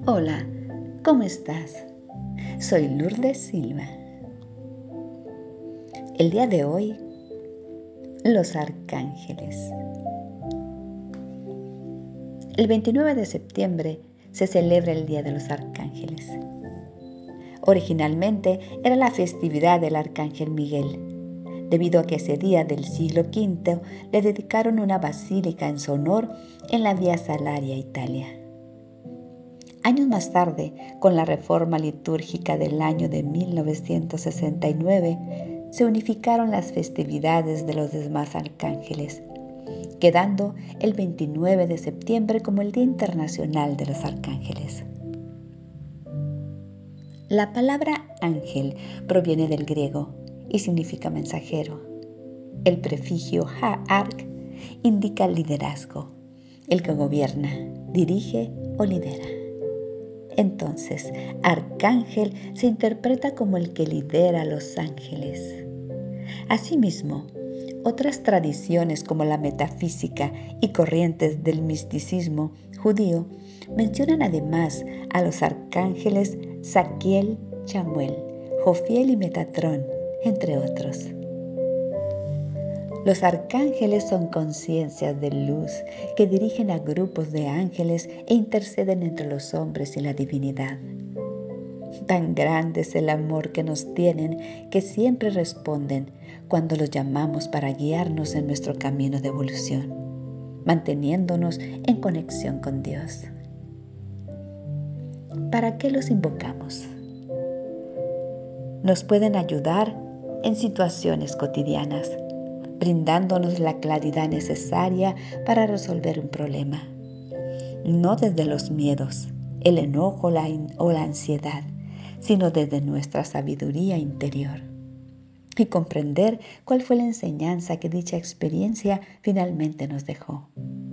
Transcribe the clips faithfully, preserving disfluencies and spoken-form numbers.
Hola, ¿cómo estás? Soy Lourdes Silva. El día de hoy, los arcángeles. El veintinueve de septiembre se celebra el Día de los Arcángeles. Originalmente era la festividad del Arcángel Miguel, debido a que ese día del siglo quinto le dedicaron una basílica en su honor en la Vía Salaria, Italia. Años más tarde, con la reforma litúrgica del año de mil novecientos sesenta y nueve, se unificaron las festividades de los demás arcángeles, quedando el veintinueve de septiembre como el Día Internacional de los Arcángeles. La palabra ángel proviene del griego y significa mensajero. El prefijo ha-arc indica liderazgo, el que gobierna, dirige o lidera. Entonces, arcángel se interpreta como el que lidera a los ángeles. Asimismo, otras tradiciones como la metafísica y corrientes del misticismo judío mencionan además a los arcángeles Zaquiel, Chamuel, Jofiel y Metatrón, entre otros. Los arcángeles son conciencias de luz que dirigen a grupos de ángeles e interceden entre los hombres y la divinidad. Tan grande es el amor que nos tienen que siempre responden cuando los llamamos para guiarnos en nuestro camino de evolución, manteniéndonos en conexión con Dios. ¿Para qué los invocamos? Nos pueden ayudar en situaciones cotidianas, brindándonos la claridad necesaria para resolver un problema. No desde los miedos, el enojo la in- o la ansiedad, sino desde nuestra sabiduría interior. Y comprender cuál fue la enseñanza que dicha experiencia finalmente nos dejó.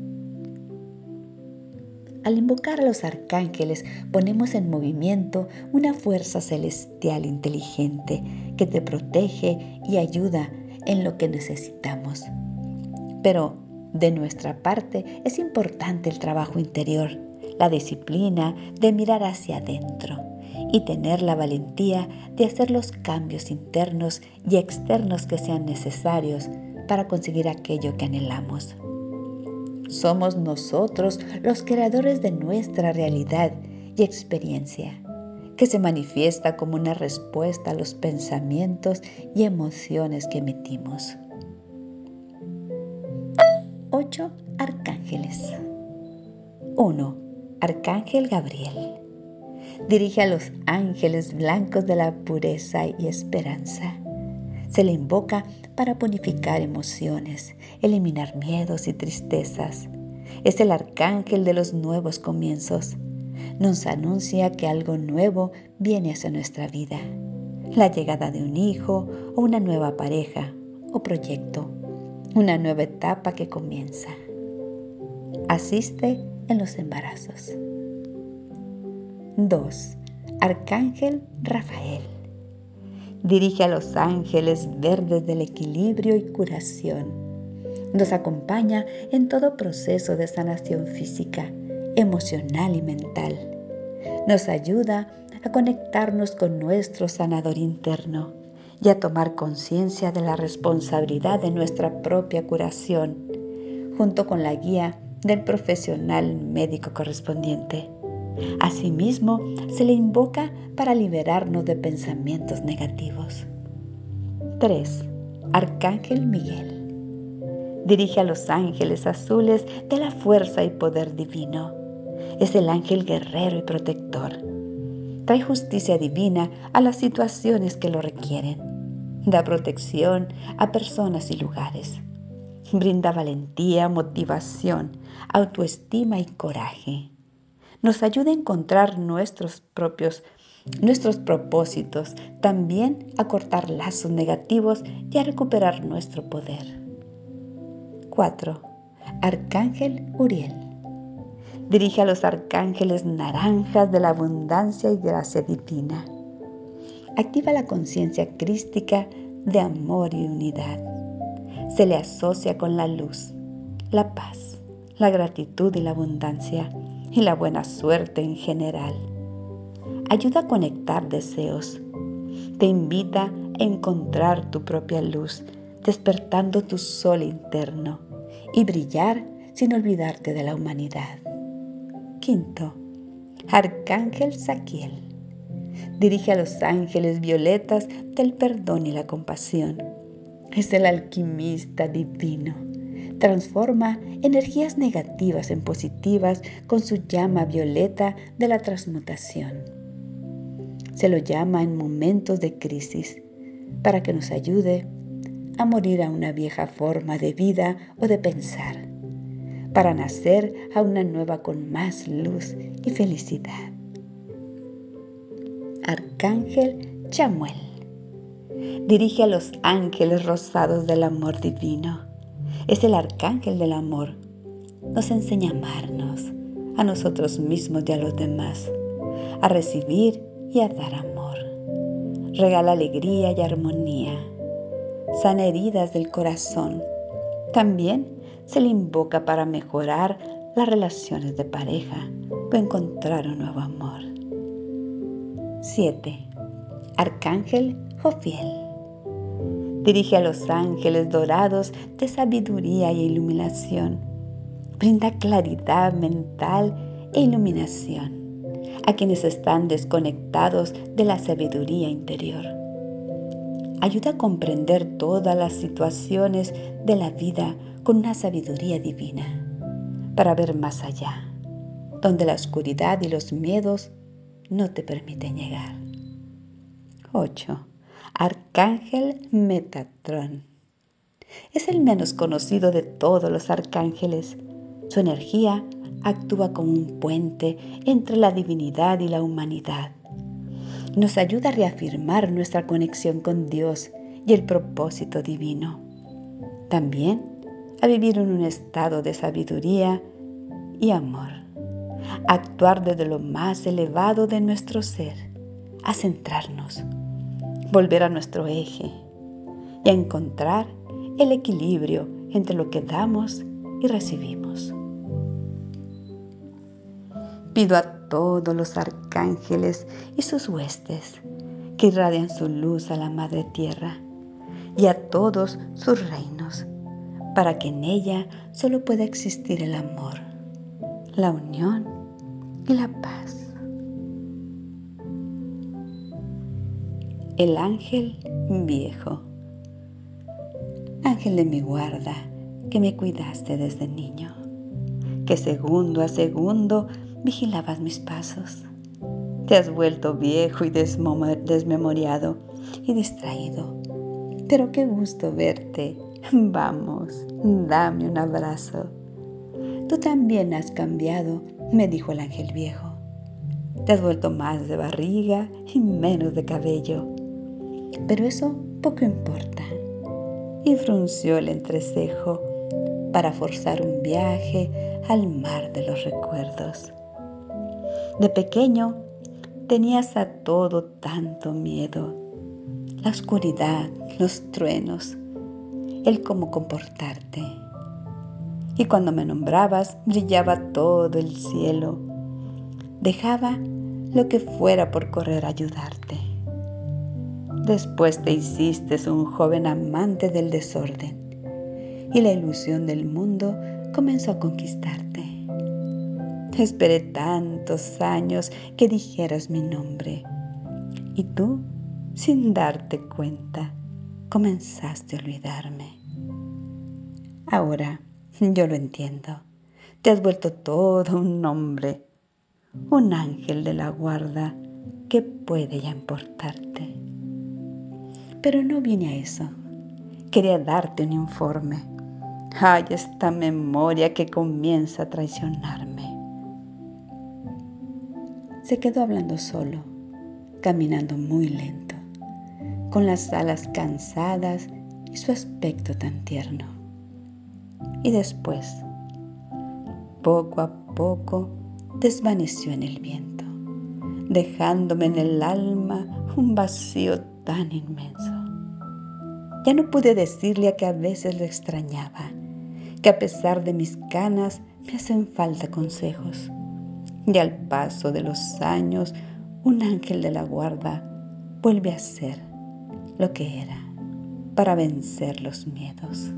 Al invocar a los arcángeles, ponemos en movimiento una fuerza celestial inteligente que te protege y ayuda en lo que necesitamos. Pero de nuestra parte es importante el trabajo interior, la disciplina de mirar hacia adentro y tener la valentía de hacer los cambios internos y externos que sean necesarios para conseguir aquello que anhelamos. Somos nosotros los creadores de nuestra realidad y experiencia, que se manifiesta como una respuesta a los pensamientos y emociones que emitimos. Ocho arcángeles. uno. Arcángel Gabriel. Dirige a los ángeles blancos de la pureza y esperanza. Se le invoca para purificar emociones, eliminar miedos y tristezas. Es el arcángel de los nuevos comienzos. Nos anuncia que algo nuevo viene hacia nuestra vida. La llegada de un hijo o una nueva pareja o proyecto. Una nueva etapa que comienza. Asiste en los embarazos. dos. Arcángel Rafael. Dirige a los ángeles verdes del equilibrio y curación. Nos acompaña en todo proceso de sanación física, emocional y mental. Nos ayuda a conectarnos con nuestro sanador interno y a tomar conciencia de la responsabilidad de nuestra propia curación, junto con la guía del profesional médico correspondiente. Asimismo, se le invoca para liberarnos de pensamientos negativos. tres. Arcángel Miguel. Dirige a los ángeles azules de la fuerza y poder divino. Es el ángel guerrero y protector. Trae justicia divina a las situaciones que lo requieren. Da protección a personas y lugares. Brinda valentía, motivación, autoestima y coraje. Nos ayuda a encontrar nuestros propios, nuestros propósitos, también a cortar lazos negativos y a recuperar nuestro poder. cuatro. Arcángel Uriel. Dirige a los arcángeles naranjas de la abundancia y gracia divina. Activa la conciencia crística de amor y unidad. Se le asocia con la luz, la paz, la gratitud y la abundancia, y la buena suerte en general. Ayuda a conectar deseos. Te invita a encontrar tu propia luz, despertando tu sol interno y brillar sin olvidarte de la humanidad. Quinto, Arcángel Zaquiel. Dirige a los ángeles violetas del perdón y la compasión. Es el alquimista divino. Transforma energías negativas en positivas con su llama violeta de la transmutación. Se lo llama en momentos de crisis para que nos ayude a morir a una vieja forma de vida o de pensar, para nacer a una nueva con más luz y felicidad. Arcángel Chamuel. Dirige a los ángeles rosados del amor divino. Es el arcángel del amor. Nos enseña a amarnos, a nosotros mismos y a los demás, a recibir y a dar amor. Regala alegría y armonía. Sana heridas del corazón. También se le invoca para mejorar las relaciones de pareja o encontrar un nuevo amor. siete. Arcángel Jofiel. Dirige a los ángeles dorados de sabiduría e iluminación. Brinda claridad mental e iluminación a quienes están desconectados de la sabiduría interior. Ayuda a comprender todas las situaciones de la vida con una sabiduría divina, para ver más allá, donde la oscuridad y los miedos no te permiten llegar. ocho. Arcángel Metatrón. Es el menos conocido de todos los arcángeles. Su energía actúa como un puente entre la divinidad y la humanidad. Nos ayuda a reafirmar nuestra conexión con Dios y el propósito divino. También a vivir en un estado de sabiduría y amor. A actuar desde lo más elevado de nuestro ser, a centrarnos, volver a nuestro eje y a encontrar el equilibrio entre lo que damos y recibimos. Pido a todos los arcángeles y sus huestes que irradian su luz a la Madre Tierra y a todos sus reinos, para que en ella solo pueda existir el amor, la unión y la paz. El ángel viejo. Ángel de mi guarda, que me cuidaste desde niño, que segundo a segundo vigilabas mis pasos. Te has vuelto viejo y desmemoriado y distraído, pero qué gusto verte. Vamos, dame un abrazo. Tú también has cambiado, me dijo el ángel viejo. Te has vuelto más de barriga y menos de cabello, pero eso poco importa. Y frunció el entrecejo para forzar un viaje al mar de los recuerdos. De pequeño tenías a todo tanto miedo, la oscuridad, los truenos, el cómo comportarte. Y cuando me nombrabas, brillaba todo el cielo. Dejaba lo que fuera por correr a ayudarte. Después te hiciste un joven amante del desorden y la ilusión del mundo comenzó a conquistarte. Te esperé tantos años que dijeras mi nombre y tú, sin darte cuenta, comenzaste a olvidarme. Ahora yo lo entiendo. Te has vuelto todo un hombre, un ángel de la guarda que puede ya importarte. Pero no vine a eso. Quería darte un informe. Ay, esta memoria que comienza a traicionarme. Se quedó hablando solo, caminando muy lento, con las alas cansadas y su aspecto tan tierno. Y después, poco a poco, desvaneció en el viento, dejándome en el alma un vacío tan inmenso. Ya no pude decirle que a veces lo extrañaba, que a pesar de mis canas me hacen falta consejos, Y al paso de los años, un ángel de la guarda vuelve a ser lo que era para vencer los miedos.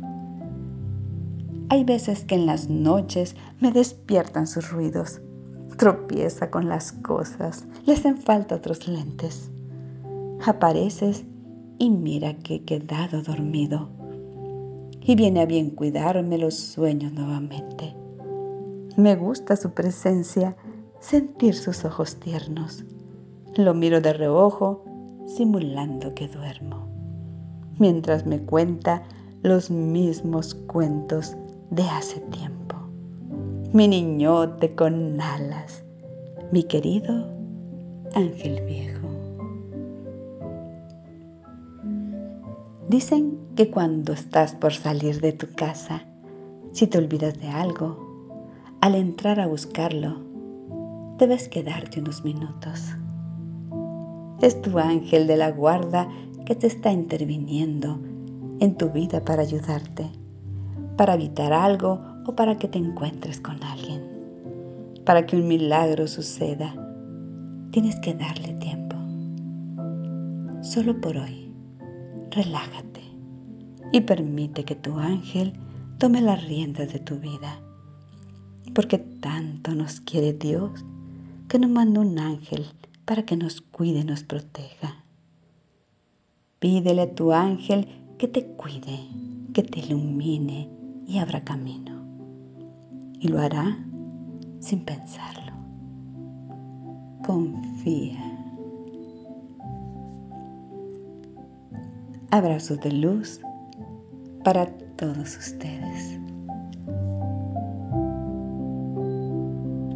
Hay veces que en las noches me despiertan sus ruidos. Tropieza con las cosas, le hacen falta otros lentes. Apareces y mira que he quedado dormido. Y viene a bien cuidarme los sueños nuevamente. Me gusta su presencia, sentir sus ojos tiernos. Lo miro de reojo, simulando que duermo, mientras me cuenta los mismos cuentos de hace tiempo. Mi niñote con alas, mi querido ángel viejo. Dicen que cuando estás por salir de tu casa, si te olvidas de algo, al entrar a buscarlo, debes quedarte unos minutos. Es tu ángel de la guarda que te está interviniendo en tu vida para ayudarte, para evitar algo o para que te encuentres con alguien. Para que un milagro suceda, tienes que darle tiempo. Solo por hoy, relájate y permite que tu ángel tome las riendas de tu vida. Porque tanto nos quiere Dios que nos manda un ángel para que nos cuide y nos proteja. Pídele a tu ángel que te cuide, que te ilumine y abra camino. Y lo hará sin pensarlo. Confía. Abrazos de luz para todos ustedes.